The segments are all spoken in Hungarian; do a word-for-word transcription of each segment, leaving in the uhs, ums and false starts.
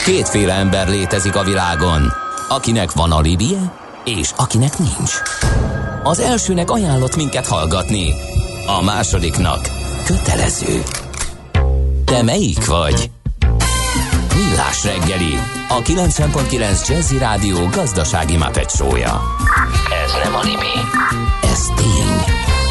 Kétféle ember létezik a világon, akinek van alibije, és akinek nincs. Az elsőnek ajánlott minket hallgatni, a másodiknak kötelező. Te melyik vagy? Millás reggeli, a kilencven pont kilenc Jazzy Rádió gazdasági Muppet show-ja. Ez nem anime, ez tény.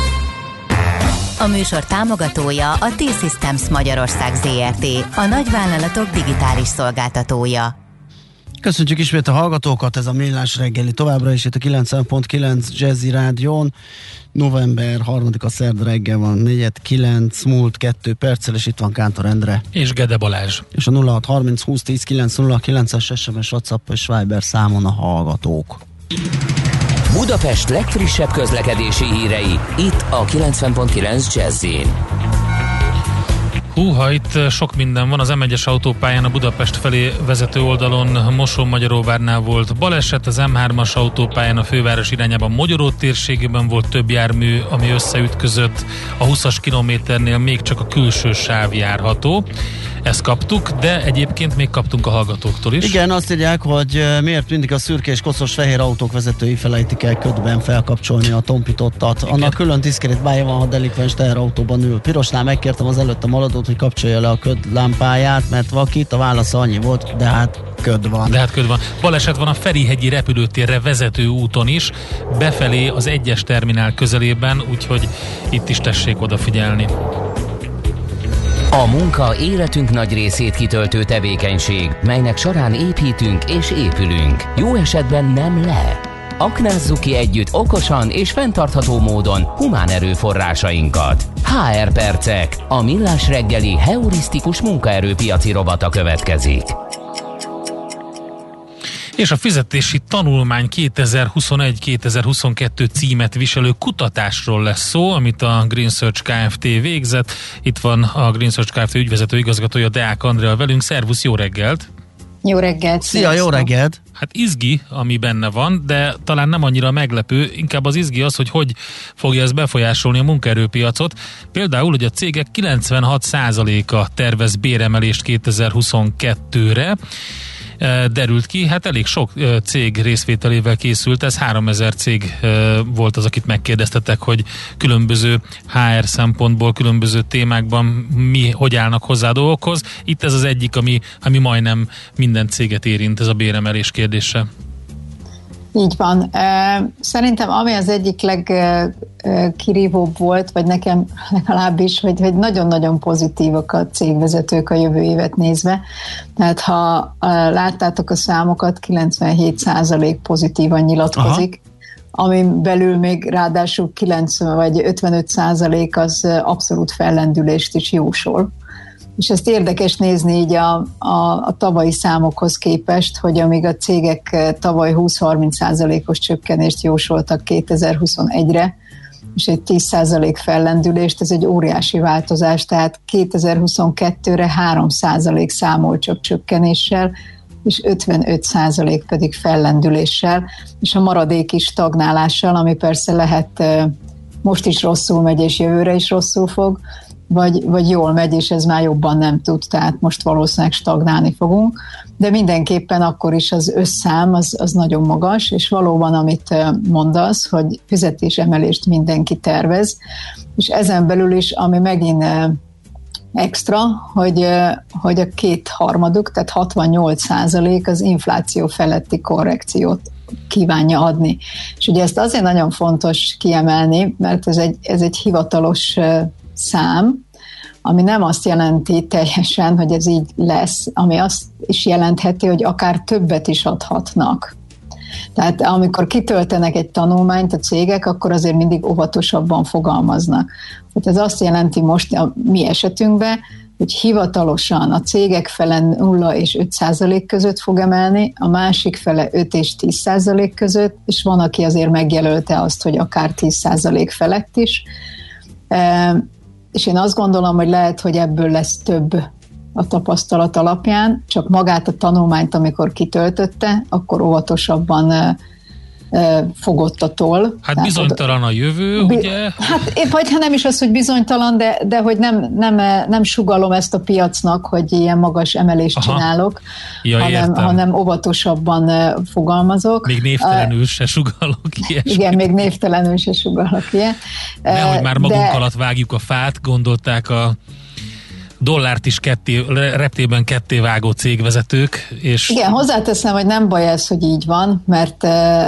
A műsor támogatója a T-Systems Magyarország Zrt., a nagyvállalatok digitális szolgáltatója. Köszönjük ismét a hallgatókat, ez a Millás reggeli továbbra is itt a kilencven pont kilenc Jazzy Rádión. November harmadika szerda reggel van, negyed kilenc múlt kettő perccel, és itt van Kántor Endre. És Gede Balázs. És a nulla hat harminc húsz tíz kilenc nulla kilences es em es, WhatsApp és Viber számon a hallgatók. Budapest legfrissebb közlekedési hírei, itt a kilencven pont kilenc Jazzyn. Húha, itt sok minden van. Az em egyes autópályán a Budapest felé vezető oldalon Mosón-Magyaróvárnál volt baleset, az em hármas autópályán a főváros irányában Mogyoró térségében volt több jármű, ami összeütközött. A húszas kilométernél még csak a külső sáv járható. Ezt kaptuk, de egyébként még kaptunk a hallgatóktól is. Igen, azt írják, hogy miért mindig a szürke és koszos fehér autók vezetői felejtik el ködben felkapcsolni a tompítottat. Igen. Annak külön diszkrét bája van, ha delikvens teherautóban ül. Pirosnál megkértem az előttem haladót, hogy kapcsolja le a köd lámpáját, mert vakít, a válasza annyi volt, de hát köd van. De hát köd van. Baleset van a Ferihegyi repülőtérre vezető úton is, befelé az egyes terminál közelében, úgyhogy itt is tessék odafigyelni. A munka életünk nagy részét kitöltő tevékenység, melynek során építünk és épülünk. Jó esetben nem le. Aknázzuk ki együtt okosan és fenntartható módon humán erőforrásainkat. há er Percek, a Millás reggeli heurisztikus munkaerőpiaci rovata következik. És a fizetési tanulmány kétezer-huszonegy kétezer-huszonkettő címet viselő kutatásról lesz szó, amit a Green Search Kft. Végzett. Itt van a Green Search Kft. Ügyvezető igazgatója, Deák Andrea velünk. Szervusz, jó reggelt! Jó reggelt! Szia, jó reggelt! Hát izgi, ami benne van, de talán nem annyira meglepő, inkább az izgi az, hogy hogy fogja ez befolyásolni a munkaerőpiacot. Például, hogy a cégek kilencvenhat százaléka tervez béremelést kétezer-huszonkettőre, derült ki, hát elég sok cég részvételével készült, ez háromezer cég volt az, akit megkérdeztetek, hogy különböző há er szempontból, különböző témákban mi, hogy állnak hozzá a dolgokhoz. Itt ez az egyik, ami, ami majdnem minden céget érint, ez a béremelés kérdése. Így van. Szerintem ami az egyik legkirívóbb volt, vagy nekem legalábbis, hogy, hogy nagyon-nagyon pozitívak a cégvezetők a jövő évet nézve. Tehát ha láttátok a számokat, kilencvenhét százalék pozitívan nyilatkozik, aha, ami belül még ráadásul kilencven vagy ötvenöt százalék az abszolút fellendülést is jósol. És ezt érdekes nézni így a, a, a tavalyi számokhoz képest, hogy amíg a cégek tavaly húsz-harminc százalékos csökkenést jósoltak kétezer-huszonegyre, és egy tíz százalék fellendülést, ez egy óriási változás, tehát kétezer-huszonkettőre három százalék számol csak csökkenéssel, és ötvenöt százalék pedig fellendüléssel, és a maradék is stagnálással, ami persze lehet most is rosszul megy, és jövőre is rosszul fog, Vagy, vagy jól megy, és ez már jobban nem tud, tehát most valószínűleg stagnálni fogunk, de mindenképpen akkor is az összszám az, az nagyon magas, és valóban, amit mondasz, hogy fizetésemelést mindenki tervez, és ezen belül is, ami megint extra, hogy, hogy a két harmaduk, tehát hatvannyolc százalék az infláció feletti korrekciót kívánja adni. És ugye ezt azért nagyon fontos kiemelni, mert ez egy, ez egy hivatalos szám, ami nem azt jelenti teljesen, hogy ez így lesz, ami azt is jelentheti, hogy akár többet is adhatnak. Tehát amikor kitöltenek egy tanulmányt a cégek, akkor azért mindig óvatosabban fogalmaznak. Tehát ez azt jelenti most a mi esetünkben, hogy hivatalosan a cégek fele nulla és öt százalék között fog emelni, a másik fele öt és tíz százalék között, és van, aki azért megjelölte azt, hogy akár tíz százalék felett is. És én azt gondolom, hogy lehet, hogy ebből lesz több a tapasztalat alapján, csak magát a tanulmányt, amikor kitöltötte, akkor óvatosabban fogott a toll. Hát bizonytalan a jövő, bi- ugye? Hát épp, vagy ha nem is az, hogy bizonytalan, de, de hogy nem, nem, nem sugallom ezt a piacnak, hogy ilyen magas emelést Aha. csinálok, ja, hanem, hanem óvatosabban fogalmazok. Még névtelenül se sugallok ilyesmit. Igen, még névtelenül se sugallok ilyen. Nehogy már magunk de... alatt vágjuk a fát, gondolták a dollárt is ketté, reptében ketté vágó cégvezetők. És... Igen, hozzáteszem, hogy nem baj ez, hogy így van, mert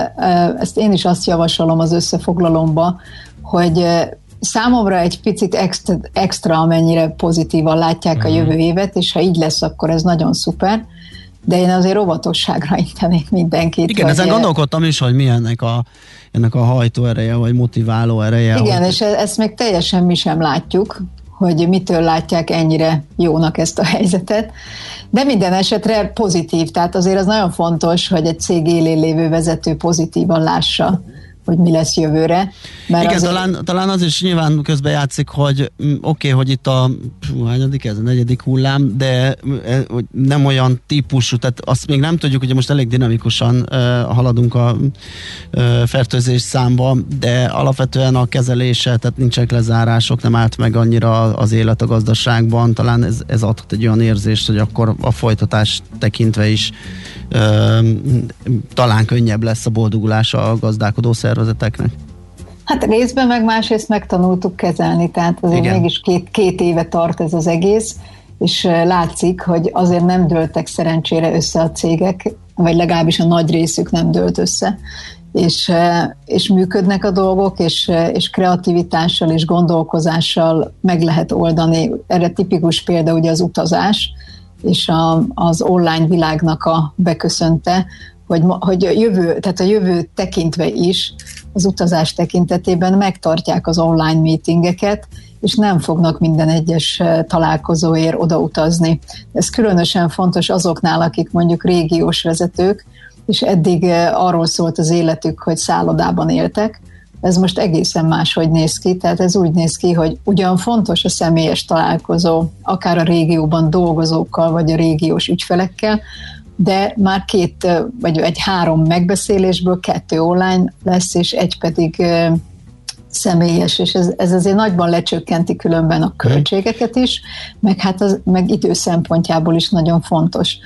ezt én is azt javasolom az összefoglalomba, hogy számomra egy picit extra, extra amennyire pozitívan látják uh-huh. a jövő évet, és ha így lesz, akkor ez nagyon szuper, de én azért óvatosságra intenék mindenkit. Igen, ezen gondolkodtam is, hogy mi ennek a, ennek a hajtó ereje, vagy motiváló ereje. Igen, hogy... és ezt még teljesen mi sem látjuk, hogy mitől látják ennyire jónak ezt a helyzetet. De minden esetre pozitív, tehát azért az nagyon fontos, hogy egy cég élén lévő vezető pozitívan lássa, hogy mi lesz jövőre. Mert igen, azért... talán, talán az is nyilván közben játszik, hogy oké, okay, hogy itt a hányadik, ez a negyedik hullám, de hogy nem olyan típusú, tehát azt még nem tudjuk, hogy most elég dinamikusan uh, haladunk a uh, fertőzés számba, de alapvetően a kezelése, tehát nincsenek lezárások, nem állt meg annyira az élet a gazdaságban, talán ez, ez adhat egy olyan érzést, hogy akkor a folytatás tekintve is uh, talán könnyebb lesz a boldogulása a gazdálkodó szervezeteknek. Hát részben meg másrészt megtanultuk kezelni, tehát azért Igen. mégis két, két éve tart ez az egész, és látszik, hogy azért nem dőltek szerencsére össze a cégek, vagy legalábbis a nagy részük nem dőlt össze, és, és működnek a dolgok, és, és kreativitással és gondolkozással meg lehet oldani. Erre tipikus példa ugye az utazás, és a, az online világnak a beköszönte, hogy, hogy a jövő, tehát a jövő tekintve is az utazás tekintetében megtartják az online meetingeket, és nem fognak minden egyes találkozóért odautazni. Ez különösen fontos azoknál, akik mondjuk régiós vezetők, és eddig arról szólt az életük, hogy szállodában éltek. Ez most egészen máshogy néz ki, tehát ez úgy néz ki, hogy ugyan fontos a személyes találkozó, akár a régióban dolgozókkal, vagy a régiós ügyfelekkel, de már két, vagy egy három megbeszélésből kettő online lesz, és egy pedig személyes, és ez, ez azért nagyban lecsökkenti különben a költségeket is, meg hát az, meg idő szempontjából is nagyon fontos.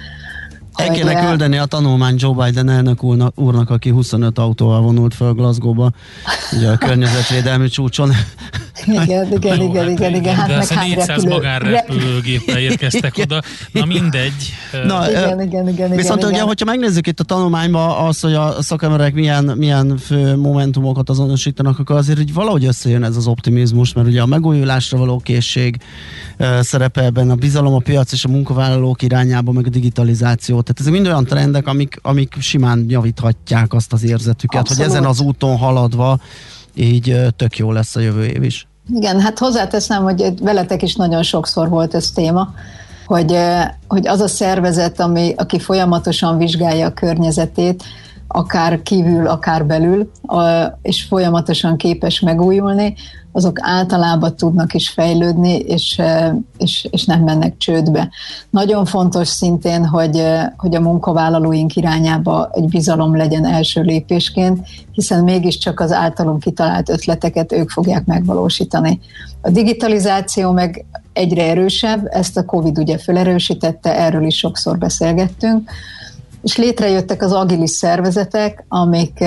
El kéne hogy, küldeni a tanulmány Joe Biden elnök úrnak, úrnak, aki huszonöt autóval vonult föl Glasgow-ba, ugye a környezetvédelmi csúcson. Igen, igen, igen, hát igen, igen. Hát de meg hány négyszáz magánrepülőgéppel érkeztek oda. Na mindegy. Na, igen, igen, igen, viszont igen, ugye, igen. hogyha megnézzük itt a tanulmányban az, hogy a szakemberek milyen, milyen fő momentumokat azonosítanak, akkor azért hogy valahogy összejön ez az optimizmus, mert ugye a megújulásra való készség uh, szerepe ebben, a bizalom a piac és a munkavállalók irányába, meg a digitalizáció. Tehát ezek mind olyan trendek, amik, amik simán javíthatják azt az érzetüket, Abszolút. Hogy ezen az úton haladva így uh, tök jó lesz a jövő év is. Igen, hát hozzáteszem, hogy veletek is nagyon sokszor volt ez téma, hogy, hogy az a szervezet, ami, aki folyamatosan vizsgálja a környezetét, akár kívül, akár belül, és folyamatosan képes megújulni, azok általában tudnak is fejlődni, és, és, és nem mennek csődbe. Nagyon fontos szintén, hogy, hogy a munkavállalóink irányába egy bizalom legyen első lépésként, hiszen mégiscsak az általunk kitalált ötleteket ők fogják megvalósítani. A digitalizáció meg egyre erősebb, ezt a Covid ugye felerősítette, erről is sokszor beszélgettünk, és létrejöttek az agilis szervezetek, amik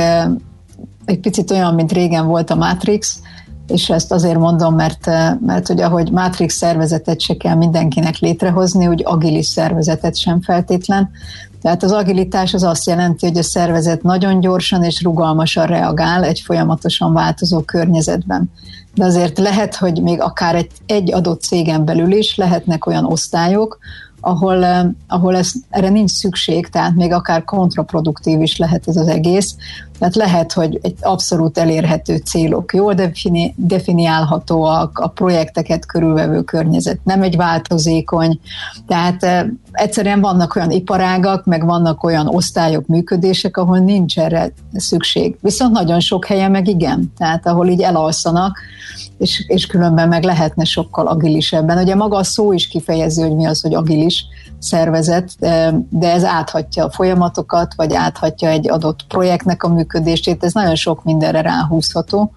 egy picit olyan, mint régen volt a Matrix, és ezt azért mondom, mert, mert hogy ahogy Matrix szervezetet se kell mindenkinek létrehozni, úgy agilis szervezetet sem feltétlen. Tehát az agilitás az azt jelenti, hogy a szervezet nagyon gyorsan és rugalmasan reagál egy folyamatosan változó környezetben. De azért lehet, hogy még akár egy, egy adott cégen belül is lehetnek olyan osztályok, ahol, ahol ez, erre nincs szükség, tehát még akár kontraproduktív is lehet ez az egész. Tehát lehet, hogy egy abszolút elérhető célok, jól defini, definiálhatóak, a projekteket körülvevő környezet nem egy változékony, tehát e, egyszerűen vannak olyan iparágak, meg vannak olyan osztályok, működések, ahol nincs erre szükség. Viszont nagyon sok helyen meg igen, tehát ahol így elalszanak, és, és különben meg lehetne sokkal agilisebben. Ugye maga a szó is kifejezi, hogy mi az, hogy agilis szervezet, de ez áthatja a folyamatokat, vagy áthatja egy adott projektnek a működését, működését, ez nagyon sok mindenre ráhúzható.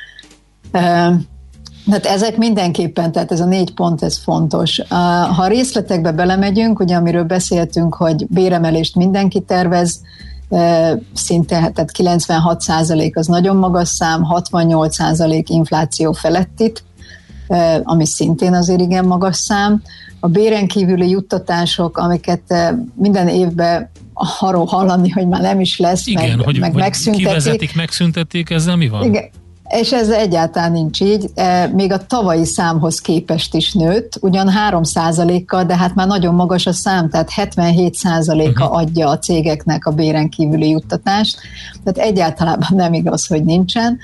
Hát ezek mindenképpen, tehát ez a négy pont, ez fontos. Ha a részletekbe belemegyünk, ugye amiről beszéltünk, hogy béremelést mindenki tervez, szinte, tehát kilencvenhat százalék az nagyon magas szám, hatvannyolc százalék infláció felettit, ami szintén azért igen magas szám. A béren kívüli juttatások, amiket minden évben arról hallani, hogy már nem is lesz, igen, meg, hogy, meg hogy megszüntetik. Kivezetik, megszüntették, ezzel mi van? Igen. És ez egyáltalán nincs így. Még a tavalyi számhoz képest is nőtt, ugyan három százalékkal, de hát már nagyon magas a szám, tehát hetvenhét százaléka uh-huh. adja a cégeknek a béren kívüli juttatást, tehát egyáltalán nem igaz, hogy nincsen.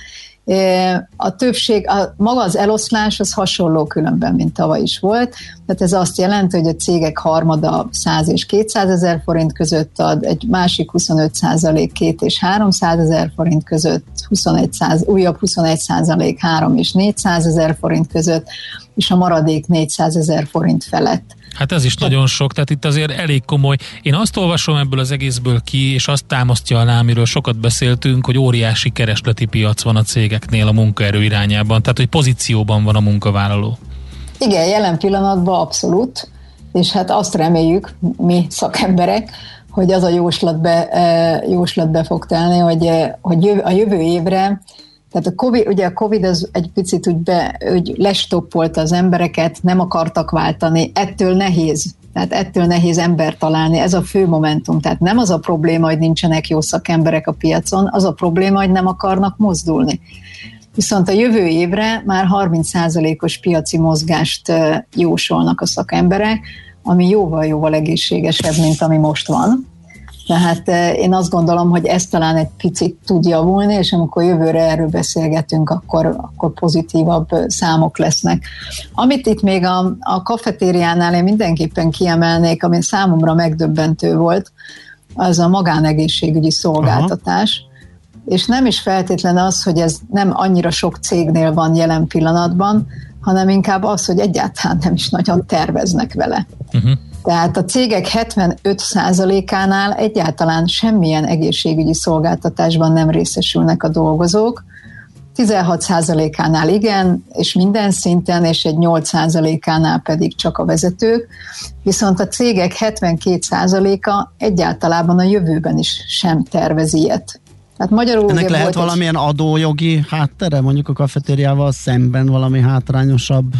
A többség, a, maga az eloszlás az hasonló különben, mint tavaly is volt, tehát ez azt jelenti, hogy a cégek harmada száz és kétszázezer forint között ad, egy másik huszonöt százalék két és háromszázezer forint között, huszonegy százalék, újabb huszonegy százalék három és négyszázezer forint között, és a maradék négyszázezer forint felett. Hát ez is nagyon sok, tehát itt azért elég komoly. Én azt olvasom ebből az egészből ki, és azt támasztja alá, amiről sokat beszéltünk, hogy óriási keresleti piac van a cégeknél a munkaerő irányában, tehát hogy pozícióban van a munkavállaló. Igen, jelen pillanatban abszolút, és hát azt reméljük, mi szakemberek, hogy az a jóslat be, jóslat be fog telni, hogy, hogy a jövő évre, tehát a COVID, ugye a Covid az egy picit úgy, be, úgy lestoppolta az embereket, nem akartak váltani, ettől nehéz, tehát ettől nehéz embert találni, ez a fő momentum, tehát nem az a probléma, hogy nincsenek jó szakemberek a piacon, az a probléma, hogy nem akarnak mozdulni. Viszont a jövő évre már harminc százalékos piaci mozgást jósolnak a szakemberek, ami jóval-jóval egészségesebb, mint ami most van. Tehát én azt gondolom, hogy ez talán egy picit tud javulni, és amikor jövőre erről beszélgetünk, akkor, akkor pozitívabb számok lesznek. Amit itt még a, a kafetériánál én mindenképpen kiemelnék, ami számomra megdöbbentő volt, az a magánegészségügyi szolgáltatás. Aha. És nem is feltétlen az, hogy ez nem annyira sok cégnél van jelen pillanatban, hanem inkább az, hogy egyáltalán nem is nagyon terveznek vele. Uh-huh. Tehát a cégek hetvenöt százalékánál egyáltalán semmilyen egészségügyi szolgáltatásban nem részesülnek a dolgozók, tizenhat százalékánál igen, és minden szinten, és egy nyolc százalékánál pedig csak a vezetők, viszont a cégek hetvenkét százaléka egyáltalán a jövőben is sem tervez ilyet. Hát magyarul ennek lehet valamilyen egy... adójogi háttere, mondjuk a kafetériával szemben valami hátrányosabb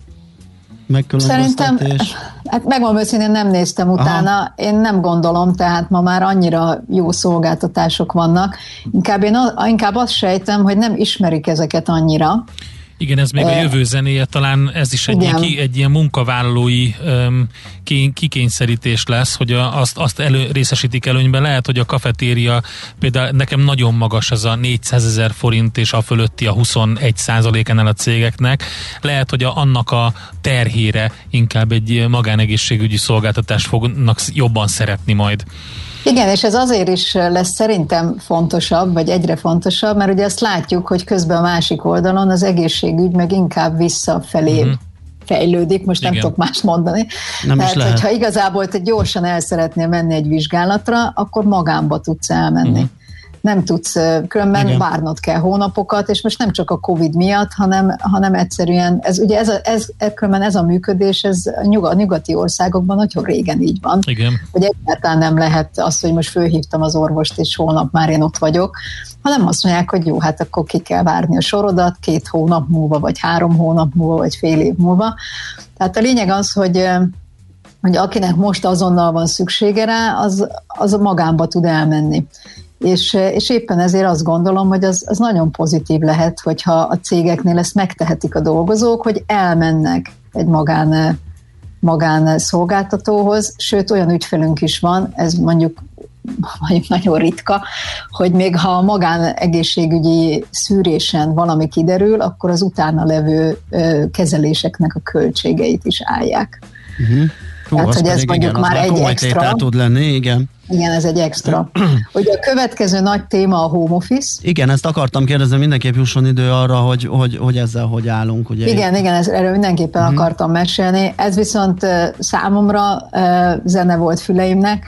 megkülönböztetés? Szerintem, hát megmondom őszintén, nem néztem utána, aha. Én nem gondolom, tehát ma már annyira jó szolgáltatások vannak, inkább én inkább azt sejtem, hogy nem ismerik ezeket annyira. Igen, ez még a jövő zenéje, talán ez is egy, ilyen, egy ilyen munkavállalói um, kikényszerítés lesz, hogy a, azt, azt elő, részesítik előnyben. Lehet, hogy a kafetéria, például nekem nagyon magas ez a négyszázezer forint és a fölötti a huszonegy százalékánál a cégeknek. Lehet, hogy a, annak a terhére inkább egy magánegészségügyi szolgáltatást fognak jobban szeretni majd. Igen, és ez azért is lesz szerintem fontosabb, vagy egyre fontosabb, mert ugye azt látjuk, hogy közben a másik oldalon az egészségügy meg inkább visszafelé uh-huh. fejlődik, most igen. Nem tudok mást mondani. Nem Tehát, hogyha igazából te gyorsan el szeretnél menni egy vizsgálatra, akkor magánba tudsz elmenni. Uh-huh. Nem tudsz, különben igen. Várnod kell hónapokat, és most nem csak a Covid miatt, hanem, hanem egyszerűen, ez, ugye ez a, ez, különben ez a működés, ez a nyugat, nyugati országokban nagyon régen így van. Igen. Hogy egyáltalán nem lehet az, hogy most fölhívtam az orvost, és holnap már én ott vagyok, hanem azt mondják, hogy jó, hát akkor ki kell várni a sorodat két hónap múlva, vagy három hónap múlva, vagy fél év múlva. Tehát a lényeg az, hogy hogy akinek most azonnal van szüksége rá, az, az a magánba tud elmenni. És, és éppen ezért azt gondolom, hogy az, az nagyon pozitív lehet, hogyha a cégeknél ezt megtehetik a dolgozók, hogy elmennek egy magán, magán szolgáltatóhoz, sőt olyan ügyfelünk is van, ez mondjuk, mondjuk nagyon ritka, hogy még ha a magánegészségügyi szűrésen valami kiderül, akkor az utána levő kezeléseknek a költségeit is állják. Uh-huh. Hú, tehát, hogy ez mondjuk igen, már egy extra. Tud lenni, igen. Igen, ez egy extra. Ugye a következő nagy téma a home office. Igen, ezt akartam kérdezni, mindenképp jusson idő arra, hogy, hogy, hogy ezzel hogy állunk. Ugye igen, igen, ez, erről mindenképpen uh-huh. akartam mesélni. Ez viszont számomra zene volt füleimnek,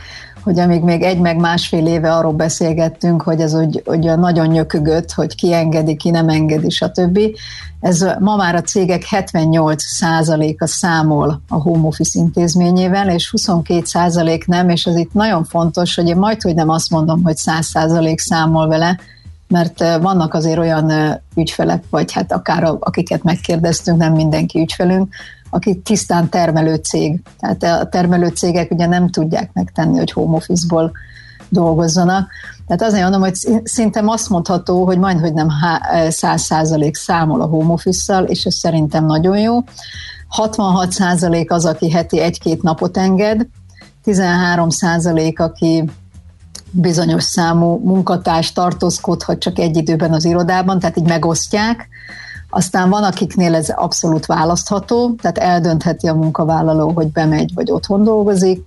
hogy amíg még egy meg másfél éve arról beszélgettünk, hogy ez úgy, úgy nagyon nyökögött, hogy ki engedi, ki nem engedi, stb. Ez ma már a cégek hetvennyolc százaléka számol a home office intézményével, és huszonkét százalék nem, és ez itt nagyon fontos, hogy én majd, hogy nem azt mondom, hogy száz százalék számol vele, mert vannak azért olyan ügyfelek, vagy hát akár akiket megkérdeztünk, nem mindenki ügyfelünk, aki tisztán termelő cég. Tehát a termelő cégek ugye nem tudják megtenni, hogy home office-ból dolgozzanak. Tehát azért mondom, hogy szinte azt mondható, hogy majd, hogy nem száz százalék számol a home office-szal, és ez szerintem nagyon jó. hatvanhat százalék az, aki heti egy-két napot enged, tizenhárom százalék, aki bizonyos számú munkatárs tartózkodhat csak egy időben az irodában, tehát így megosztják. Aztán van, akiknél ez abszolút választható, tehát eldöntheti a munkavállaló, hogy bemegy, vagy otthon dolgozik.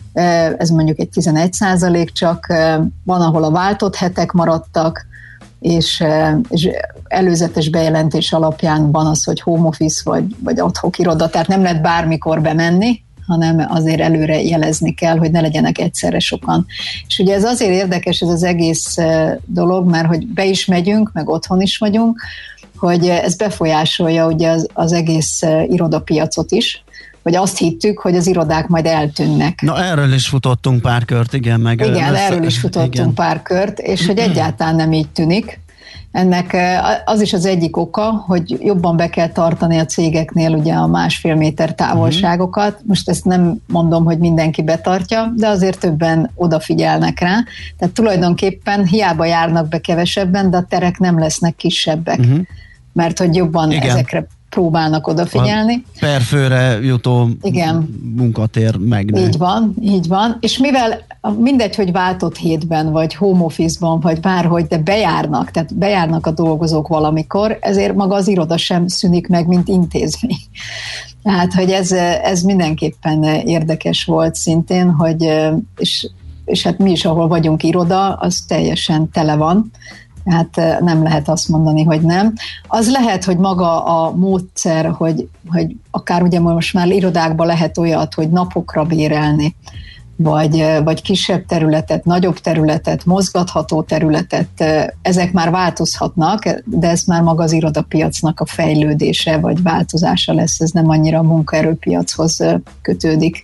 Ez mondjuk egy tizenegy százalék csak. Van, ahol a váltott hetek maradtak, és, és előzetes bejelentés alapján van az, hogy home office, vagy, vagy ad hoc iroda, tehát nem lehet bármikor bemenni, hanem azért előre jelezni kell, hogy ne legyenek egyszerre sokan. És ugye ez azért érdekes ez az egész dolog, mert hogy be is megyünk, meg otthon is vagyunk, hogy ez befolyásolja ugye az, az egész irodapiacot is, hogy azt hittük, hogy az irodák majd eltűnnek. Na erről is futottunk pár kört, igen. Meg igen, össze... erről is futottunk igen. pár kört, és hogy egyáltalán nem így tűnik. Ennek az is az egyik oka, hogy jobban be kell tartani a cégeknél ugye a másfél méter távolságokat. Most ezt nem mondom, hogy mindenki betartja, de azért többen odafigyelnek rá. Tehát tulajdonképpen hiába járnak be kevesebben, de a terek nem lesznek kisebbek, uh-huh. mert hogy jobban igen. ezekre próbálnak odafigyelni. A per főre jutó igen. munkatér megnő. Így van, így van. És mivel mindegy, hogy váltott hétben, vagy home office-ban, vagy bárhogy, de bejárnak, tehát bejárnak a dolgozók valamikor, ezért maga az iroda sem szűnik meg, mint intézmény. Tehát, hogy ez, ez mindenképpen érdekes volt szintén, hogy, és, és hát mi is, ahol vagyunk iroda, az teljesen tele van, hát nem lehet azt mondani, hogy nem. Az lehet, hogy maga a módszer, hogy, hogy akár ugye most már irodákban lehet olyat, hogy napokra bérelni, vagy, vagy kisebb területet, nagyobb területet, mozgatható területet, ezek már változhatnak, de ez már maga az irodapiacnak a fejlődése, vagy változása lesz, ez nem annyira a munkaerőpiachoz kötődik.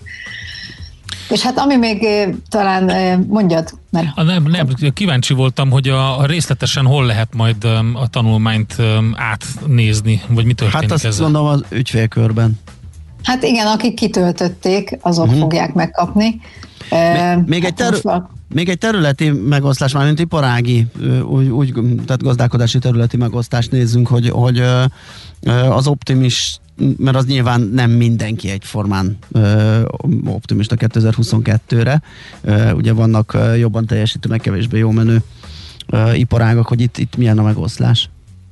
És hát ami még talán mondjad, mert... A nem, nem, kíváncsi voltam, hogy a, a részletesen hol lehet majd a tanulmányt átnézni, vagy mi történik ezzel? Hát azt gondolom az ügyfélkörben. Hát igen, akik kitöltötték, azok uh-huh. fogják megkapni. Még, még, egy terü- még egy területi megosztás, már mint iparági, úgy, úgy, tehát gazdálkodási területi megosztást nézzünk, hogy, hogy az optimist, mert az nyilván nem mindenki egyformán optimista kétezer-huszonkettőre. Ugye vannak jobban teljesítő, meg kevésbé jó menő iparágak, hogy itt, itt milyen a megoszlás?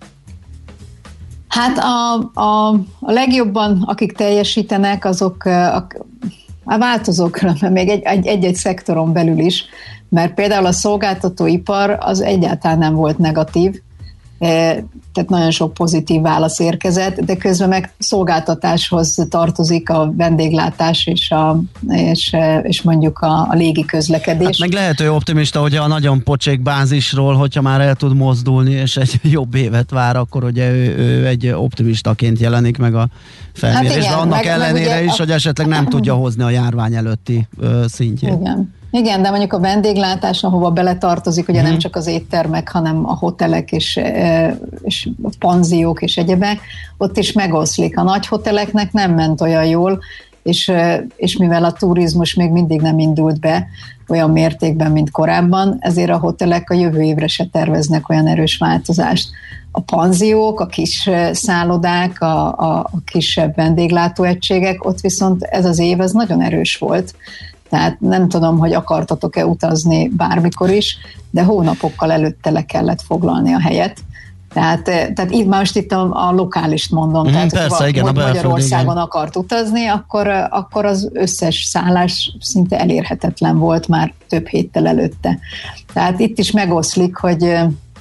Hát a, a, a legjobban, akik teljesítenek, azok a, a változók, még egy, egy-egy szektoron belül is, mert például a szolgáltatóipar az egyáltalán nem volt negatív, tehát nagyon sok pozitív válasz érkezett, de közben meg szolgáltatáshoz tartozik a vendéglátás és, a, és, és mondjuk a, a légi közlekedés. Hát meg lehető optimista, hogy a nagyon pocsék bázisról, hogyha már el tud mozdulni, és egy jobb évet vár, akkor ugye ő, ő egy optimistaként jelenik meg a felmérésre. Hát igen, annak meg, ellenére meg is, a... hogy esetleg nem tudja hozni a járvány előtti ö, szintjét. Igen. Igen, de mondjuk a vendéglátás, ahova beletartozik, ugye hmm. nem csak az éttermek, hanem a hotelek és, és a panziók és egyebek, ott is megoszlik. A nagy hoteleknek nem ment olyan jól, és, és mivel a turizmus még mindig nem indult be olyan mértékben, mint korábban, ezért a hotelek a jövő évre se terveznek olyan erős változást. A panziók, a kis szállodák, a, a, a kisebb vendéglátóegységek, ott viszont ez az év ez nagyon erős volt. Tehát nem tudom, hogy akartatok-e utazni bármikor is, de hónapokkal előtte le kellett foglalni a helyet. Tehát, tehát így most itt a, a lokálist mondom, mm, tehát persze, ha igen, a Magyarországon igen. akart utazni, akkor, akkor az összes szállás szinte elérhetetlen volt már több héttel előtte. Tehát itt is megoszlik, hogy,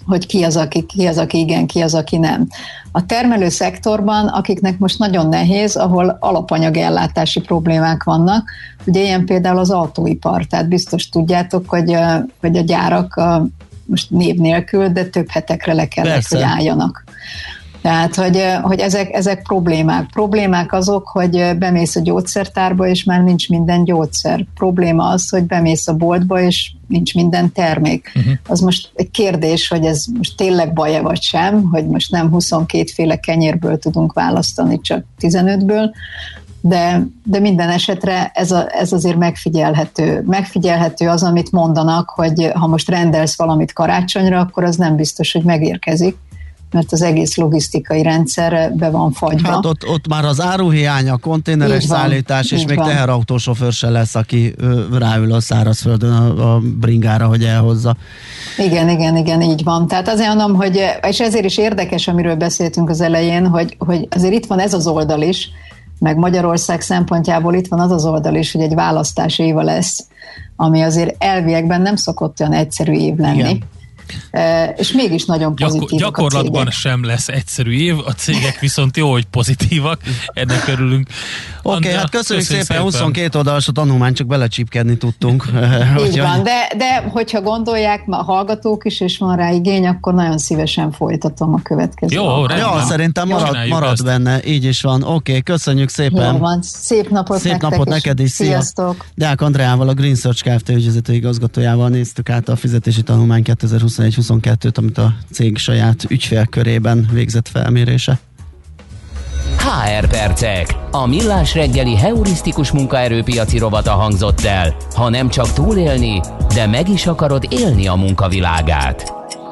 hogy ki az, aki, ki az, aki igen, ki az, aki nem. A termelő szektorban, akiknek most nagyon nehéz, ahol alapanyagellátási problémák vannak, ugye ilyen például az autóipar, tehát biztos tudjátok, hogy, hogy a gyárak most név nélkül, de több hetekre le kellett, hogy álljanak. Tehát, hogy, hogy ezek, ezek problémák. Problémák azok, hogy bemész a gyógyszertárba, és már nincs minden gyógyszer. Probléma az, hogy bemész a boltba, és nincs minden termék. Uh-huh. Az most egy kérdés, hogy ez most tényleg baj-e vagy sem, hogy most nem huszonkét féle kenyérből tudunk választani, csak tizenötből, de, de minden esetre ez, a, ez azért megfigyelhető. Megfigyelhető az, amit mondanak, hogy ha most rendelsz valamit karácsonyra, akkor az nem biztos, hogy megérkezik, mert az egész logisztikai rendszer be van fagyva. Hát ott, ott már az áruhiány, a konténeres van, szállítás, és még van. Teherautósofőr se lesz, aki ö, ráül a szárazföldön a, a bringára, hogy elhozza. Igen, igen, igen, így van. Tehát azért mondom, hogy, és ezért is érdekes, amiről beszéltünk az elején, hogy, hogy azért itt van ez az oldal is, meg Magyarország szempontjából itt van az az oldal is, hogy egy választási éva lesz, ami azért elviekben nem szokott olyan egyszerű év lenni. Igen. És mégis nagyon pozitívak Gyakor- Gyakorlatban sem lesz egyszerű év, a cégek viszont jó, hogy pozitívak, ennek örülünk. Oké, okay, hát köszönjük, köszönjük szépen, szépen, huszonkettő oldalas a tanulmány, csak belecsípkedni tudtunk. Így van, de, de hogyha gondolják, a hallgatók is, és van rá igény, akkor nagyon szívesen folytatom a következő. Jó, ja, szerintem marad, marad benne, így is van. Oké, okay, köszönjük szépen. Jó van, szép napot, szép nektek napot is. neked is. Sziasztok. Deák Andreával, a Green Search Kft. Ügyvezető igazgatójával néztük át a fizetési tanulmány kétezer-huszonegy huszonkettőt, amit a cég saját ügyfélkörében végzett felmérése. há er percek. A Millás reggeli heurisztikus munkaerőpiaci rovata hangzott el. Ha nem csak túlélni, de meg is akarod élni a munkavilágát.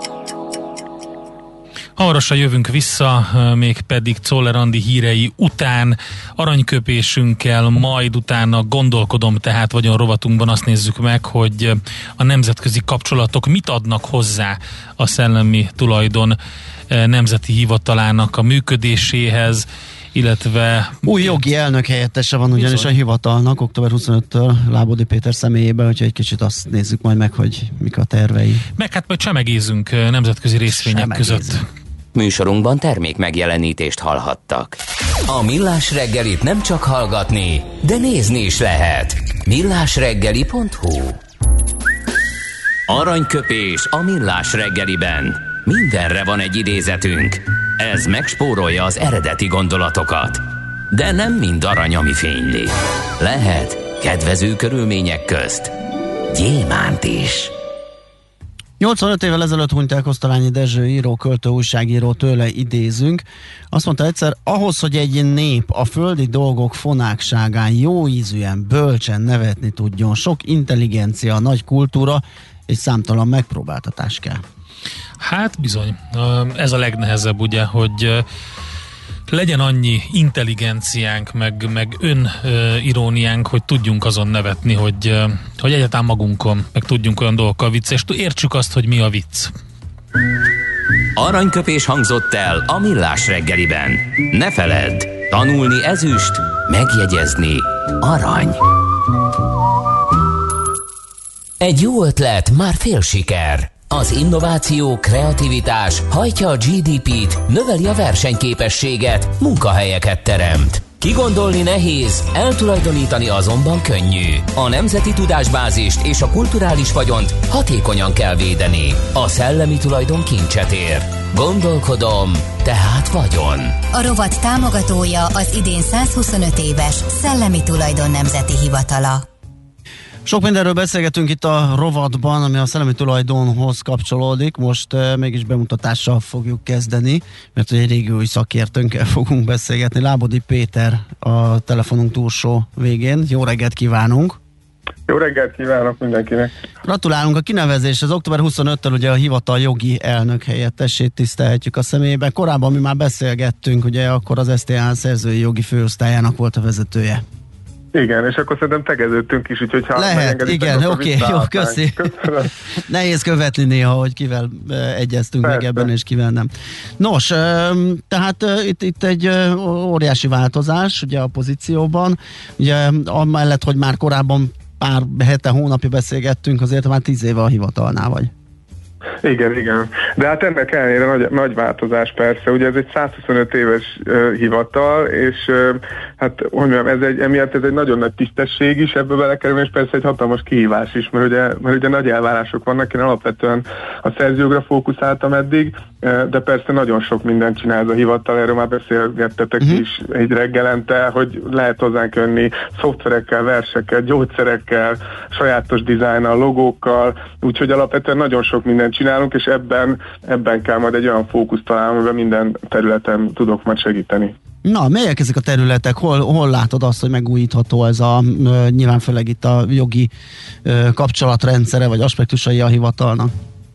Hamarosan jövünk vissza, még pedig Czoller Andi hírei után aranyköpésünkkel, majd utána gondolkodom, tehát vagyon rovatunkban azt nézzük meg, hogy a nemzetközi kapcsolatok mit adnak hozzá a szellemi tulajdon nemzeti hivatalának a működéséhez, illetve... Új jogi elnök helyettese van ugyanis bizony a hivatalnak, október huszonötödikétől Lábodi Péter személyében, úgyhogy egy kicsit azt nézzük majd meg, hogy mik a tervei. Meg hát majd csemegézzünk nemzetközi részvények között. Műsorunkban termék megjelenítést hallhattak. A Millás reggelit nem csak hallgatni, de nézni is lehet. millásreggeli pont hu Aranyköpés a Millás reggeliben. Mindenre van egy idézetünk. Ez megspórolja az eredeti gondolatokat. De nem mind arany, ami fényli. Lehet kedvező körülmények közt gyémánt is. nyolcvanöt évvel ezelőtt hunyt el Kosztolányi Dezső író, költő, újságíró, tőle idézünk. Azt mondta egyszer, ahhoz, hogy egy nép a földi dolgok fonákságán jó ízűen, bölcsen nevetni tudjon, sok intelligencia, nagy kultúra és számtalan megpróbáltatás kell. Hát bizony, ez a legnehezebb ugye, hogy legyen annyi intelligenciánk, meg, meg öniróniánk, hogy tudjunk azon nevetni, hogy, hogy egyáltalán magunkon, meg tudjunk olyan dolgokkal vicces, és értsük azt, hogy mi a vicc. Aranyköpés hangzott el a Millás reggeliben. Ne feledd, tanulni ezüst, megjegyezni arany. Egy jó ötlet, már fél siker. Az innováció, kreativitás hajtja a gé dé pét, növeli a versenyképességet, munkahelyeket teremt. Kigondolni nehéz, eltulajdonítani azonban könnyű. A nemzeti tudásbázist és a kulturális vagyont hatékonyan kell védeni. A szellemi tulajdon kincset ér. Gondolkodom, tehát vagyon. A rovat támogatója az idén százhuszonöt éves Szellemi Tulajdon Nemzeti Hivatala. Sok mindenről beszélgetünk itt a rovatban, ami a szellemi tulajdonhoz kapcsolódik. Most uh, mégis bemutatással fogjuk kezdeni, mert egy régiói szakértőnkkel fogunk beszélgetni. Lábodi Péter a telefonunk túlsó végén. Jó reggelt kívánunk! Jó reggelt kívánok mindenkinek! Gratulálunk a kinevezéshez. október huszonötödikétől ugye a hivatal jogi elnök helyettesét tisztelhetjük a személyében. Korábban mi már beszélgettünk, ugye akkor az es té á szerzői jogi főosztályának volt a vezetője. Igen, és akkor szerintem tegeződtünk is, úgyhogy ha lehet, igen, oké, okay, jó, köszi. Nehéz követni néha, hogy kivel egyeztünk meg ebben, és kivel nem. Nos, tehát itt, itt egy óriási változás, ugye a pozícióban, ugye amellett, hogy már korábban pár hete, hónapja beszélgettünk, azért már tíz éve a hivatalnál vagy. Igen, igen. De hát ennek ellenére nagy, nagy változás persze. Ugye ez egy százhuszonöt éves uh, hivatal, és uh, hát hogy mondjam, ez egy, emiatt ez egy nagyon nagy tisztesség is ebbe belekerülni, és persze egy hatalmas kihívás is, mert ugye, mert ugye nagy elvárások vannak. Én alapvetően a szerzőjogra fókuszáltam eddig, uh, de persze nagyon sok mindent csinál ez a hivatal, erről már beszélgettetek uh-huh. is egy reggelente, hogy lehet hozzánk jönni szoftverekkel, versekkel, gyógyszerekkel, sajátos dizájnnal, logókkal, úgyhogy alapvetően nagyon sok mindent csinálunk, és ebben, ebben kell majd egy olyan fókuszt találni, amiben minden területen tudok majd segíteni. Na, melyek ezek a területek? Hol, hol látod azt, hogy megújítható ez a, nyilván főleg itt a jogi kapcsolatrendszere, vagy aspektusai a hivatalnak?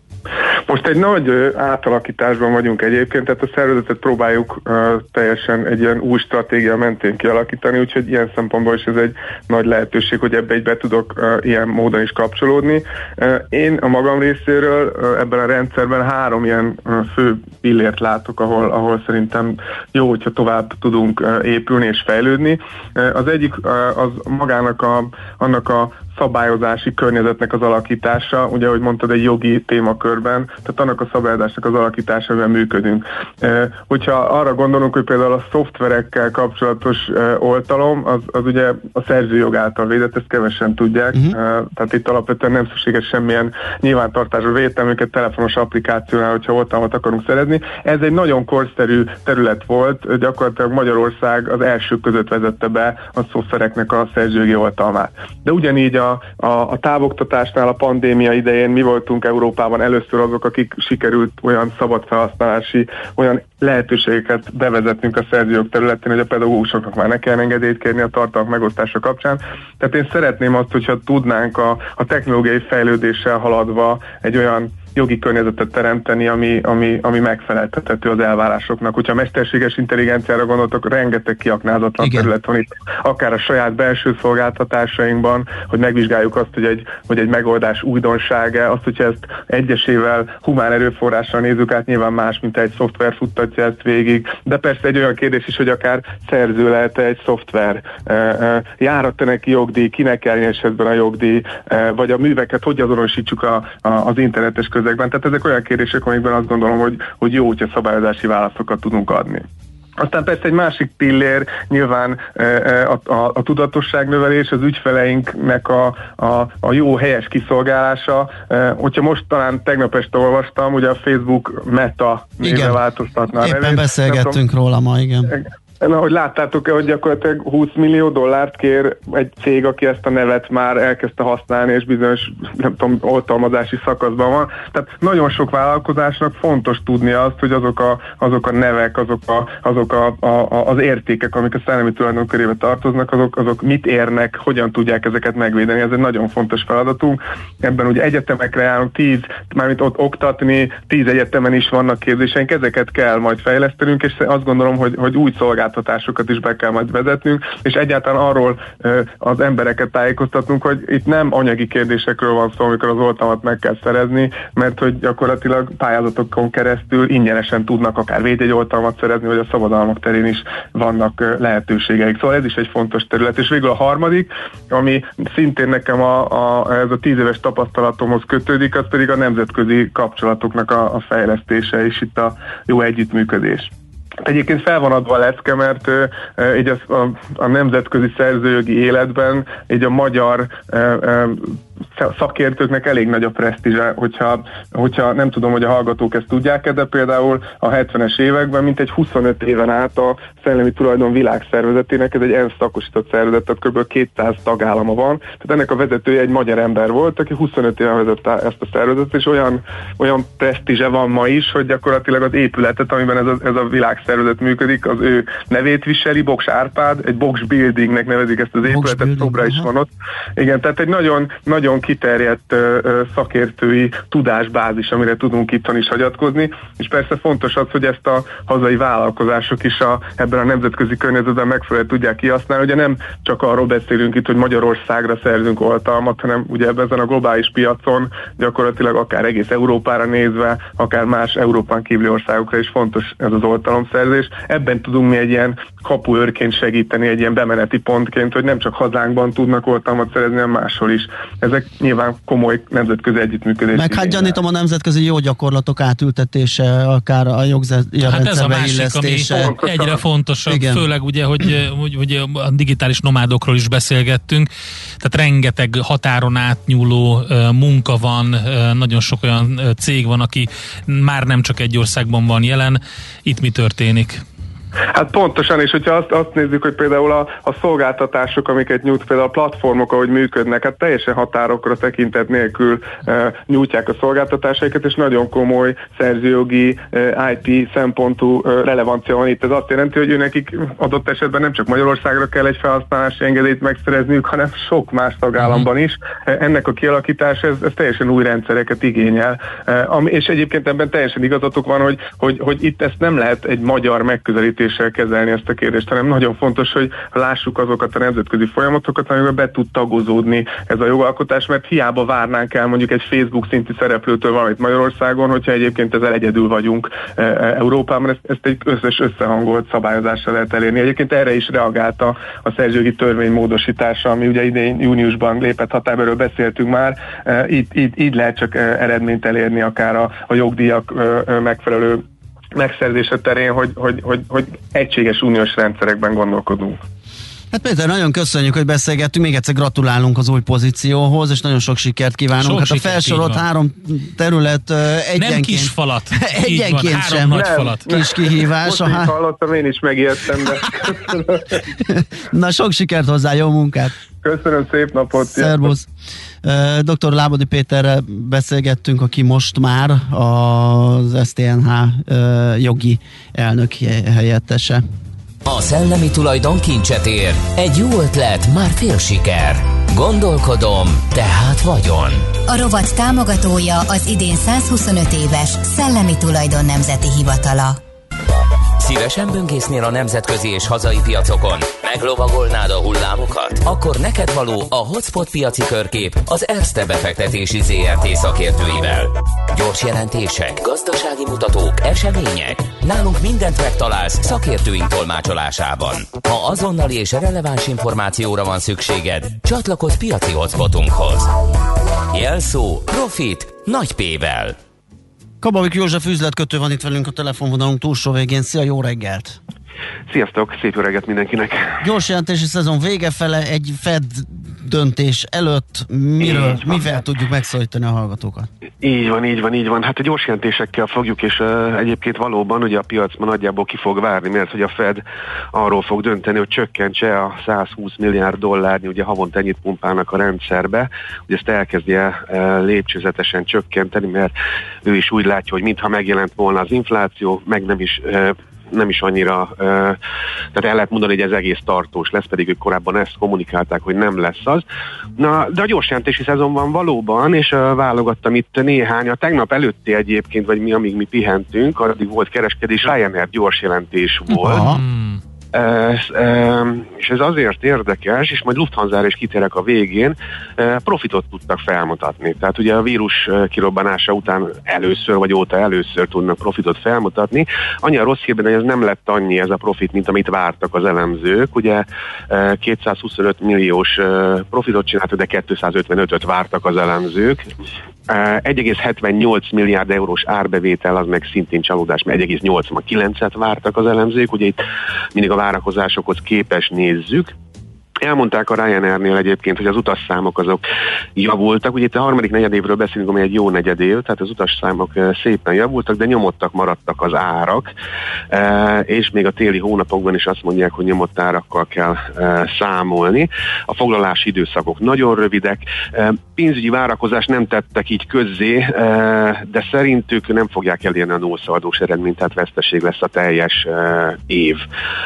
Most egy nagy átalakításban vagyunk egyébként, tehát a szervezetet próbáljuk uh, teljesen egy ilyen új stratégia mentén kialakítani, úgyhogy ilyen szempontból is ez egy nagy lehetőség, hogy ebbe így be tudok uh, ilyen módon is kapcsolódni. Uh, én a magam részéről uh, ebben a rendszerben három ilyen uh, fő pillért látok, ahol, ahol szerintem jó, hogyha tovább tudunk uh, épülni és fejlődni. Uh, az egyik uh, az magának a, annak a szabályozási környezetnek az alakítása, ugye, ahogy mondtad, egy jogi témakörben, tehát annak a szabályozásnak az alakítása, amivel működünk. E, hogyha arra gondolunk, hogy például a szoftverekkel kapcsolatos e, oltalom, az, az ugye a szerzőjog által védett, ezt kevesen tudják, uh-huh. e, tehát itt alapvetően nem szükséges semmilyen nyilvántartásra védtem őket telefonos applikációnál, hogyha oltalmat akarunk szerezni. Ez egy nagyon korszerű terület volt, gyakorlatilag Magyarország az elsők között vezette be a szoftvereknek a szerzőjogi oltalmát. De ugyanígy a A, a távoktatásnál a pandémia idején mi voltunk Európában először azok, akik sikerült olyan szabad felhasználási, olyan lehetőségeket bevezetnünk a szerzőjog területén, hogy a pedagógusoknak már ne kell engedélyt kérni a tartalmak megosztása kapcsán. Tehát én szeretném azt, hogyha tudnánk a, a technológiai fejlődéssel haladva egy olyan jogi környezetet teremteni, ami, ami, ami megfeleltethető az elvárásoknak. Hogyha mesterséges intelligenciára gondoltok, rengeteg kiaknázatlan Igen. terület van itt, akár a saját belső szolgáltatásainkban, hogy megvizsgáljuk azt, hogy egy, hogy egy megoldás újdonsága, azt, hogyha ezt egyesével humán erőforrással nézzük át, nyilván más, mint egy szoftver futtatja ezt végig, de persze egy olyan kérdés is, hogy akár szerző lehet egy szoftver, járat-e neki jogdíj, kinek kell esetben a jogdíj, vagy a műveket hogy azonosítsuk a, a, az internetes közegben. Tehát ezek olyan kérdések, amikben azt gondolom, hogy, hogy jó, hogyha szabályozási válaszokat tudunk adni. Aztán persze egy másik pillér nyilván a, a, a tudatosságnövelés, az ügyfeleinknek a, a, a jó helyes kiszolgálása. Hogyha most talán tegnap este olvastam, ugye a Facebook Meta névre változtatna a nevét. Éppen beszélgettünk róla ma, igen. Na, hogy láttátok-e, hogy gyakorlatilag húsz millió dollárt kér egy cég, aki ezt a nevet már elkezdte használni, és bizonyos, nem tudom, oltalmazási szakaszban van. Tehát nagyon sok vállalkozásnak fontos tudni azt, hogy azok a, azok a nevek, azok, a, azok a, a, az értékek, amik a szellemi tulajdon körébe tartoznak, azok, azok mit érnek, hogyan tudják ezeket megvédeni. Ez egy nagyon fontos feladatunk. Ebben ugye egyetemekre járunk, tíz, mármint ott oktatni, tíz egyetemen is vannak képzéseink, ezeket kell majd fejlesztenünk, és azt gondolom, hogy, hogy új szolgáltatásokat is be kell majd vezetnünk, és egyáltalán arról ö, az embereket tájékoztatnunk, hogy itt nem anyagi kérdésekről van szó, amikor az oltalmat meg kell szerezni, mert hogy gyakorlatilag pályázatokon keresztül ingyenesen tudnak akár védjegyoltalmat szerezni, vagy a szabadalmak terén is vannak ö, lehetőségeik. Szóval ez is egy fontos terület. És végül a harmadik, ami szintén nekem a, a, ez a tíz éves tapasztalatomhoz kötődik, az pedig a nemzetközi kapcsolatoknak a, a fejlesztése, és itt a jó együttműködés. Egyébként fel van adva a lecke, mert uh, így a, a, a nemzetközi szerzőjogi életben így a magyar uh, uh, szakértőknek elég nagy a presztízse, hogyha, hogyha nem tudom, hogy a hallgatók ezt tudják-e, de például a hetvenes években mintegy huszonöt éven át a Szellemi Tulajdon Világszervezetének, ez egy ENSZ szakosított szervezet, tehát kb. kétszáz tagállama van, tehát ennek a vezetője egy magyar ember volt, aki huszonöt éven vezette ezt a szervezetet, és olyan, olyan presztízse van ma is, hogy gyakorlatilag az épületet, amiben ez a, ez a világszervezet működik, az ő nevét viseli, Boks Árpád, egy Boks Buildingnek nevezik ezt az épületet, szobra is van ott. Igen, tehát egy nagyon, nagyon kiterjedt uh, szakértői tudásbázis, amire tudunk itthon is hagyatkozni, és persze fontos az, hogy ezt a hazai vállalkozások is a, ebben a nemzetközi környezetben megfelelően tudják kihasználni. Ugye nem csak arról beszélünk itt, hogy Magyarországra szerzünk oltalmat, hanem ugye ezen a globális piacon gyakorlatilag akár egész Európára nézve, akár más Európán kívüli országokra is fontos ez az oltalomszerzés. Ebben tudunk mi egy ilyen kapuőrként segíteni, egy ilyen bemeneti pontként, hogy nem csak hazánkban tudnak oltalmat szerezni, hanem máshol is. Ezek ezek nyilván komoly nemzetközi együttműködés. Meg hát gyanítom a nemzetközi jó gyakorlatok átültetése, akár a jogszabályrendszerbe hát ez a másik, illesztése. ami egyre fontosabb, igen. Főleg ugye, hogy, hogy, hogy a digitális nomádokról is beszélgettünk, tehát rengeteg határon átnyúló munka van, nagyon sok olyan cég van, aki már nem csak egy országban van jelen. Itt mi történik? Hát pontosan, és hogyha azt, azt nézzük, hogy például a, a szolgáltatások, amiket nyújt, például a platformok, ahogy működnek, hát teljesen határokra tekintet nélkül e, nyújtják a szolgáltatásaikat, és nagyon komoly szerzőjogi, e, i té szempontú e, relevancia van itt. Ez azt jelenti, hogy őnekik adott esetben nem csak Magyarországra kell egy felhasználási engedélyt megszerezniük, hanem sok más tagállamban is. E, ennek a kialakítása, ez, ez teljesen új rendszereket igényel. E, ami, és egyébként ebben teljesen igazatok van, hogy, hogy, hogy itt ezt nem lehet egy magyar megközelítés kezelni ezt a kérdést, hanem nagyon fontos, hogy lássuk azokat a nemzetközi folyamatokat, amiben be tud tagozódni ez a jogalkotás, mert hiába várnánk el mondjuk egy Facebook szintű szereplőtől valamit Magyarországon, hogyha egyébként ezzel egyedül vagyunk e, e, Európában, ezt, ezt egy összes összehangolt szabályozással lehet elérni. Egyébként erre is reagált a, a szerzőjogi törvény módosítása, ami ugye idén júniusban lépett hatályba, erről beszéltünk már, e, így, így, így lehet csak eredményt elérni akár a, a jogdíjak e, megfelelő megszerzése terén, hogy, hogy, hogy, hogy egységes uniós rendszerekben gondolkodunk. Hát Péter, nagyon köszönjük, hogy beszélgettünk, még egyszer gratulálunk az új pozícióhoz, és nagyon sok sikert kívánunk. Sok hát sikert, a felsorolt három terület egyenként... Nem kis falat. Egyenként van, sem. Nagy falat. Kis kihívás. Most így hallottam, én is megijedtem, de... Na, sok sikert hozzá, jó munkát! Köszönöm, szép napot! Szervusz! doktor Lábodi Péterrel beszélgettünk, aki most már az es té en há jogi elnök helyettese. A szellemi tulajdon kincset ér. Egy jó ötlet, már fél siker. Gondolkodom, tehát vagyon. A rovat támogatója az idén százhuszonöt éves Szellemi Tulajdon Nemzeti Hivatala. Szívesen böngésznél a nemzetközi és hazai piacokon? Meglovagolnád a hullámokat? Akkor neked való a Hotspot piaci körkép az Erste befektetési zé er té szakértőivel. Gyors jelentések, gazdasági mutatók, események. Nálunk mindent megtalálsz szakértőink tolmácsolásában. Ha azonnali és releváns információra van szükséged, csatlakozz piaci hotspotunkhoz. Jelszó Profit nagy P-vel. Kababik József üzletkötő van itt velünk a telefonvonalunk túlsó végén. Szia, jó reggelt! Sziasztok, szép jó reggelt mindenkinek! Gyors jelentési szezon vége fele, egy Fed döntés előtt miről, mivel tudjuk megszólítani a hallgatókat? Így van, így van, így van. Hát a gyors jelentésekkel fogjuk, és uh, egyébként valóban ugye a piac ma nagyjából ki fog várni, mert hogy a Fed arról fog dönteni, hogy csökkentse a százhúsz milliárd dollárnyi, ugye havonta ennyit pumpálnak a rendszerbe, hogy ezt elkezdje uh, lépcsőzetesen csökkenteni, mert ő is úgy látja, hogy mintha megjelent volna az infláció, meg nem is uh, nem is annyira, uh, tehát el lehet mondani, hogy ez egész tartós lesz, pedig ők korábban ezt kommunikálták, hogy nem lesz az. Na, de a gyors jelentési szezon van valóban, és uh, válogattam itt néhány, a tegnap előtti egyébként, vagy mi, amíg mi pihentünk, addig volt kereskedés, Ryanair gyors jelentés volt. Aha. Ez, és ez azért érdekes, és majd Lufthansa-ra is kitérek a végén, profitot tudtak felmutatni. Tehát ugye a vírus kirobbanása után először, vagy óta először tudnak profitot felmutatni. Annyi a rossz hírben, hogy ez nem lett annyi ez a profit, mint amit vártak az elemzők. Ugye kétszázhuszonöt milliós profitot csináltak, de kétszázötvenötöt vártak az elemzők. egy egész hetvennyolc milliárd eurós árbevétel, az meg szintén csalódás, mert egy egész nyolcvankilencet vártak az elemzők, ugye itt mindig a várakozásokhoz képes nézzük. Elmondták a Ryanairnél egyébként, hogy az utasszámok azok javultak. Ugye itt a harmadik negyedévről beszélünk, ami egy jó negyedév, tehát az utasszámok szépen javultak, de nyomottak maradtak az árak, és még a téli hónapokban is azt mondják, hogy nyomott árakkal kell számolni. A foglalási időszakok nagyon rövidek, pénzügyi várakozást nem tettek így közzé, de szerintük nem fogják elérni a nullszaldós eredményt, tehát veszteség lesz a teljes év.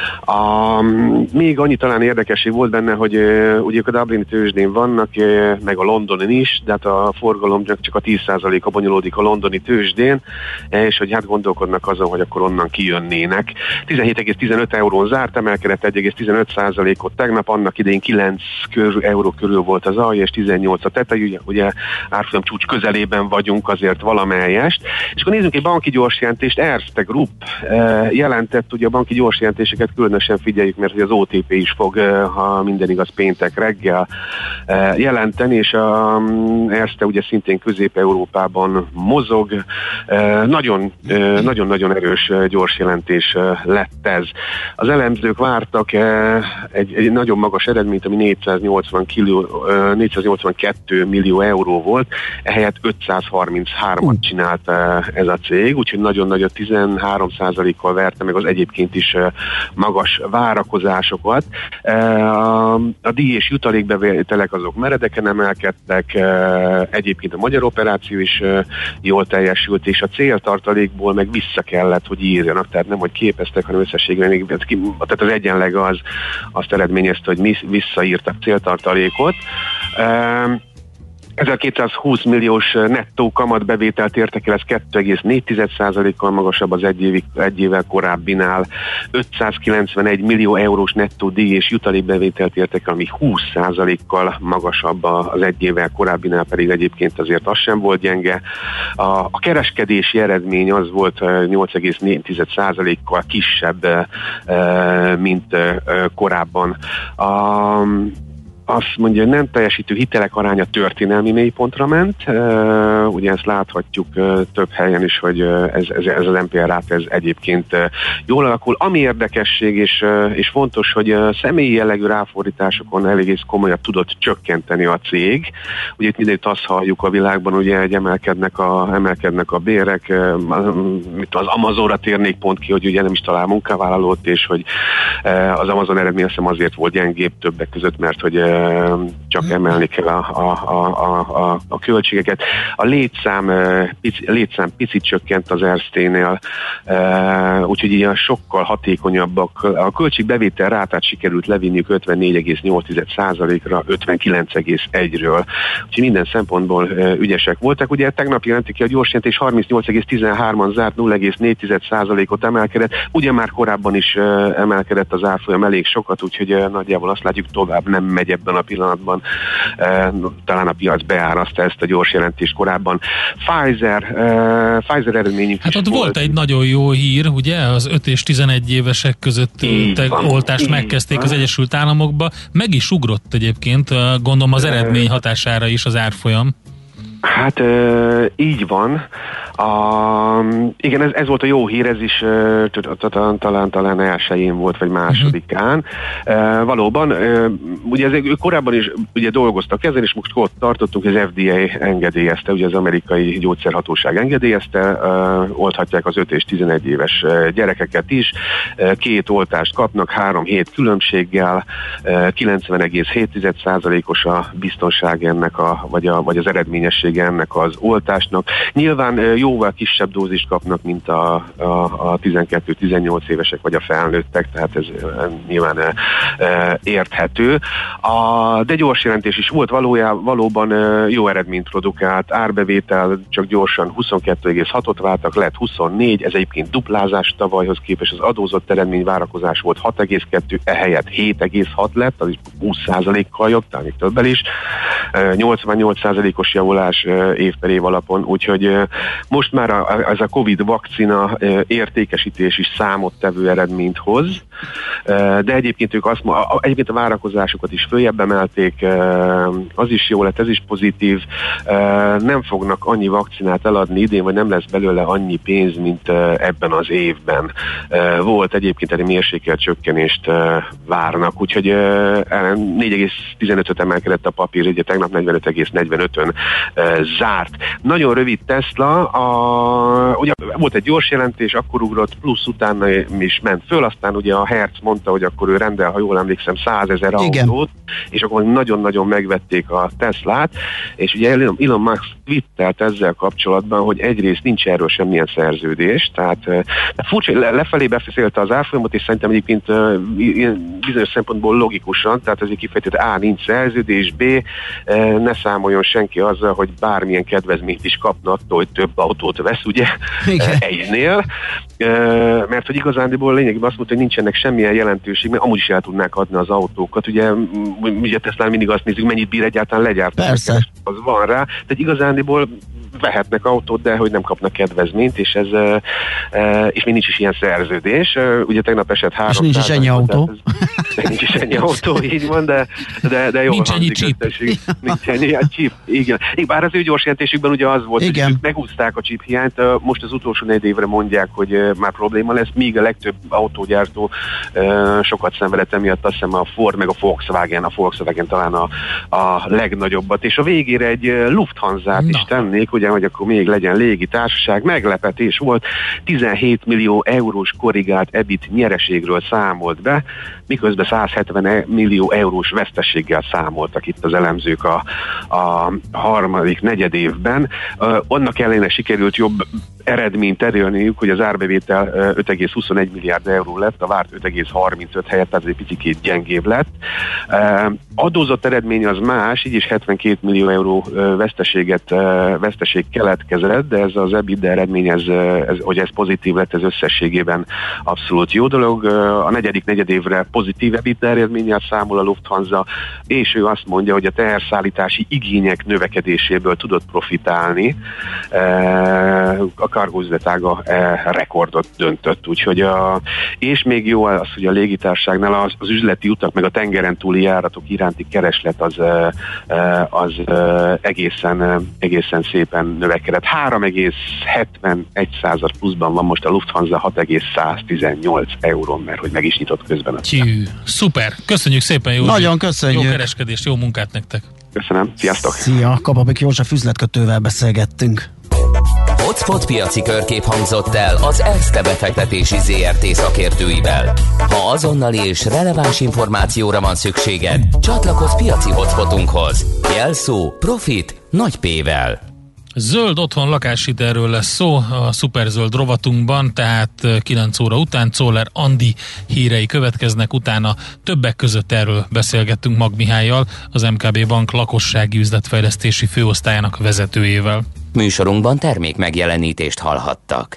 A, még annyi talán érdekesség volt benne, hogy uh, ugye a Dublini tőzsdén vannak, uh, meg a Londonin is, de hát a forgalom csak a tíz százaléka bonyolódik a londoni tőzsdén, és hogy hát gondolkodnak azon, hogy akkor onnan kijönnének. tizenhét egész tizenöt eurón zárt, emelkedett egy egész tizenöt százalékot tegnap, annak idején kilenc euró körül volt az alja, és tizennyolc a tetején, hogy ugye, ugye árfolyam csúcs közelében vagyunk azért valamelyest. És akkor nézzünk egy banki gyorsjelentést, Erste Group jelentett, ugye a banki gyorsjelentéseket különösen figyeljük, mert az o té pé is fog, ha minden igaz, péntek reggel jelenteni, és a Erste ugye szintén Közép-Európában mozog. Nagyon, nagyon-nagyon erős gyorsjelentés lett ez. Az elemzők vártak egy, egy nagyon magas eredményt, ami négyszáznyolcvankettő millió euró volt, ehelyett ötszázharminchárom csinált ez a cég, úgyhogy nagyon nagy, a tizenhárom százalékkal verte meg az egyébként is magas várakozásokat. A díj és jutalékbevételek azok meredeken emelkedtek, egyébként a magyar operáció is jól teljesült, és a céltartalékból meg vissza kellett, hogy írjanak, tehát nem, hogy képeztek, hanem összességben még, tehát az egyenleg az azt eredményezte, hogy visszaírtak céltartalékot. ezerkétszázhúsz milliós nettó kamatbevételt értek el, ez kettő egész négy százalékkal magasabb az egy, évig, egy évvel korábbinál. ötszázkilencvenegy millió eurós nettó díj és jutalékbevételt értek el, ami húsz százalékkal magasabb az egy évvel korábbinál, pedig egyébként azért az sem volt gyenge. A, a kereskedési eredmény az volt nyolc egész négy százalékkal kisebb, mint korábban. A azt mondja, hogy nem teljesítő hitelek aránya történelmi mélypontra ment. Uh, ugye ezt láthatjuk uh, több helyen is, hogy uh, ez, ez, ez az en pé er ráta ez egyébként uh, jól alakul. Ami érdekesség és, uh, és fontos, hogy uh, személyi jellegű ráfordításokon elég komolyan tudott csökkenteni a cég. Ugye itt mindenütt azt halljuk a világban, ugye, hogy emelkednek a, emelkednek a bérek, uh, az Amazonra térnék pont ki, hogy ugye nem is talál munkavállalót, és hogy uh, az Amazon eredmény azt hiszem azért volt gyengébb többek között, mert hogy uh, csak emelni kell a, a, a, a, a költségeket. A létszám, pici, létszám picit csökkent az Ersténél, úgyhogy ilyen sokkal hatékonyabbak. A költségbevétel rátát sikerült levinniük ötvennégy egész nyolc százalékra ötvenkilenc egész egyről. Úgyhogy minden szempontból ügyesek voltak. Ugye tegnap jelentik ki a gyorsjelentés, harmincnyolc egész tizenhárman zárt, nulla egész négy százalékot emelkedett. Ugye már korábban is emelkedett az árfolyam elég sokat, úgyhogy nagyjából azt látjuk, tovább nem megy ebben a pillanatban, e, talán a piac beáraszta ezt a gyors jelentést korábban. Pfizer, e, Pfizer eredményük hát is ott volt. volt egy nagyon jó hír, ugye, az öt és tizenegy évesek között te, van, oltást megkezdték van. Az Egyesült Államokba, meg is ugrott egyébként, gondolom az eredmény hatására is az árfolyam. Hát e, így van. A, igen, ez, ez volt a jó hír, ez is talán, talán, talán elsőjén volt, vagy másodikán. Uh, valóban, uh, ugye ezek, korábban is ugye dolgoztak ezen, és most ott tartottunk, hogy az ef dé á engedélyezte, ugye az amerikai gyógyszerhatóság engedélyezte, uh, olthatják az öt és tizenegy éves gyerekeket is, uh, két oltást kapnak, három hét különbséggel, uh, kilencven egész hét százalékos a biztonság ennek, a, vagy, a, vagy az eredményessége ennek az oltásnak. Nyilván uh, jóval kisebb dózist kapnak, mint a, a, a tizenkettő-tizennyolc évesek, vagy a felnőttek, tehát ez e, nyilván e, e, érthető. A, de gyors jelentés is volt, valójában, valóban e, jó eredményt produkált, árbevétel csak gyorsan huszonkettő egész hatot váltak, lett huszonnégy, ez egyébként duplázás tavalyhoz képest, az adózott eredmény várakozás volt hat egész kettő, ehelyett hét egész hat lett, az is húsz százalékkal jobb, talán még többel is, e, nyolcvannyolc százalékos javulás e, év per év alapon, úgyhogy e, most már a, ez a Covid vakcina értékesítés is számottevő eredményt hoz, de egyébként ők azt egyébként a várakozásokat is följebb emelték, az is jó lett, ez is pozitív, nem fognak annyi vakcinát eladni idén, vagy nem lesz belőle annyi pénz, mint ebben az évben. Volt egyébként egy mérsékelt csökkenést várnak, úgyhogy négy egész tizenötöt emelkedett a papír, ugye tegnap negyvenöt egész negyvenötön zárt. Nagyon rövid Tesla, a, ugye volt egy gyors jelentés, akkor ugrott, plusz utána is ment föl, aztán ugye a Hertz mondta, hogy akkor ő rendel, ha jól emlékszem, százezer autót, és akkor nagyon-nagyon megvették a Teslát, és ugye Elon Musk twittelt ezzel kapcsolatban, hogy egyrészt nincs erről semmilyen szerződés, tehát furcsa, lefelé beszélte az árfolyamot, és szerintem egyébként bizonyos szempontból logikusan, tehát ezért kifejtett, A, nincs szerződés, B, ne számoljon senki azzal, hogy bármilyen kedvezményt is kapna attól, hogy több autót vesz, ugye, egynél, mert hogy igazándiból lényegében azt mondta, hogy nincsenek semmilyen jelentőség, mert amúgy is el tudnák adni az autókat, ugye, ugye Teslán mindig azt nézzük, mennyit bír egyáltalán legyártani. Persze. Az van rá, tehát igazándiból vehetnek autót, de hogy nem kapnak kedvezményt, és ez és még nincs is ilyen szerződés. Ugye tegnap esett három. És nincs is ennyi autó. Ez, nincs is ennyi autó, így van, de, de, de jó. Nincs ennyi chip. Nincs ennyi a chip, igen. Bár az ő gyors jelentésükben ugye az volt, igen. hogy megúszták a chip hiányt, most az utolsó négy évre mondják, hogy már probléma lesz, míg a legtöbb autógyártó sokat szenvedett emiatt, azt hiszem a Ford meg a Volkswagen, a Volkswagen talán a, a legnagyobbat, és a végére egy Lufthansa-t is tennék, ugye, hogy akkor még legyen légitársaság, meglepetés volt, tizenhét millió eurós korrigált E B I T nyereségről számolt be, miközben százhetven millió eurós veszteséggel számoltak itt az elemzők a, a harmadik negyed évben. Uh, annak ellenére sikerült jobb eredményt elérniük, hogy az árbevétel öt egész huszonegy milliárd euró lett, a várt öt egész harmincöt helyett, tehát egy picikét gyengébb lett. Uh, adózott eredmény az más, így is hetvenkét millió euró veszteséget, veszteség keletkezett, de ez az EBITDA eredmény, ez, ez, hogy ez pozitív lett, ez összességében abszolút jó dolog. A negyedik negyedévre pozitív EBITDA eredménnyel számol a Lufthansa, és ő azt mondja, hogy a teherszállítási igények növekedéséből tudott profitálni. A cargo üzletága rekordot döntött, úgyhogy a, és még jó az, hogy a légitárságnál az, az üzleti utak meg a tengeren túli járatok iránti kereslet az, az egészen, egészen szépen növekedett. három egész hetvenegy század pluszban van most a Lufthansa, hat egész száztizennyolc eurón, mert hogy meg is nyitott közben. Csű, szuper, köszönjük szépen, Józsi. Nagyon köszönjük. Jó kereskedést, jó munkát nektek. Köszönöm, sziasztok. Szia, Kapabik József üzletkötővel beszélgettünk. Hotspot piaci körkép hangzott el az Erste befektetési zé er té szakértőivel. Ha azonnali és releváns információra van szükséged, csatlakozz piaci hotspotunkhoz. Jelszó Profit nagy P-vel. Zöld otthon lakáshitelről lesz szó a szuperzöld rovatunkban, tehát kilenc óra után Czoller Andi hírei következnek, utána többek között erről beszélgettünk Mag Mihályal, az em ká bé Bank lakossági üzletfejlesztési főosztályának vezetőjével. Műsorunkban termék megjelenítést hallhattak.